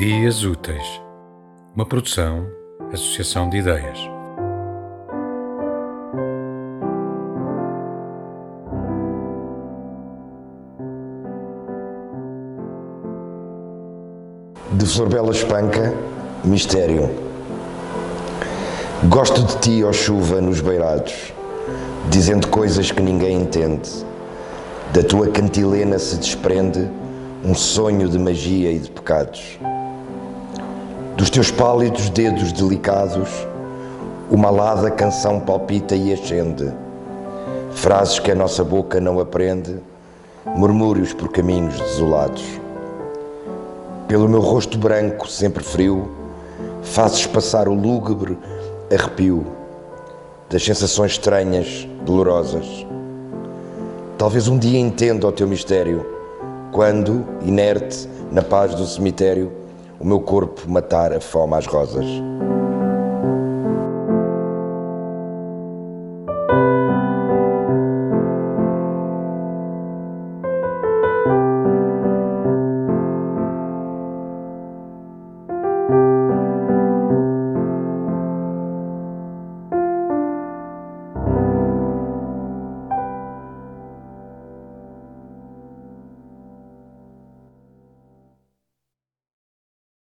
Dias Úteis, uma produção, associação de ideias. De Flor Bela Espanca, Mistério. Gosto de ti, ó chuva, nos beirados, dizendo coisas que ninguém entende. Da tua cantilena se desprende um sonho de magia e de pecados. Dos teus pálidos dedos delicados, uma alada canção palpita e ascende. Frases que a nossa boca não aprende, murmúrios por caminhos desolados. Pelo meu rosto branco, sempre frio, fazes passar o lúgubre arrepio das sensações estranhas, dolorosas. Talvez um dia entenda o teu mistério, quando, inerte, na paz do cemitério, o meu corpo matar a fome às rosas.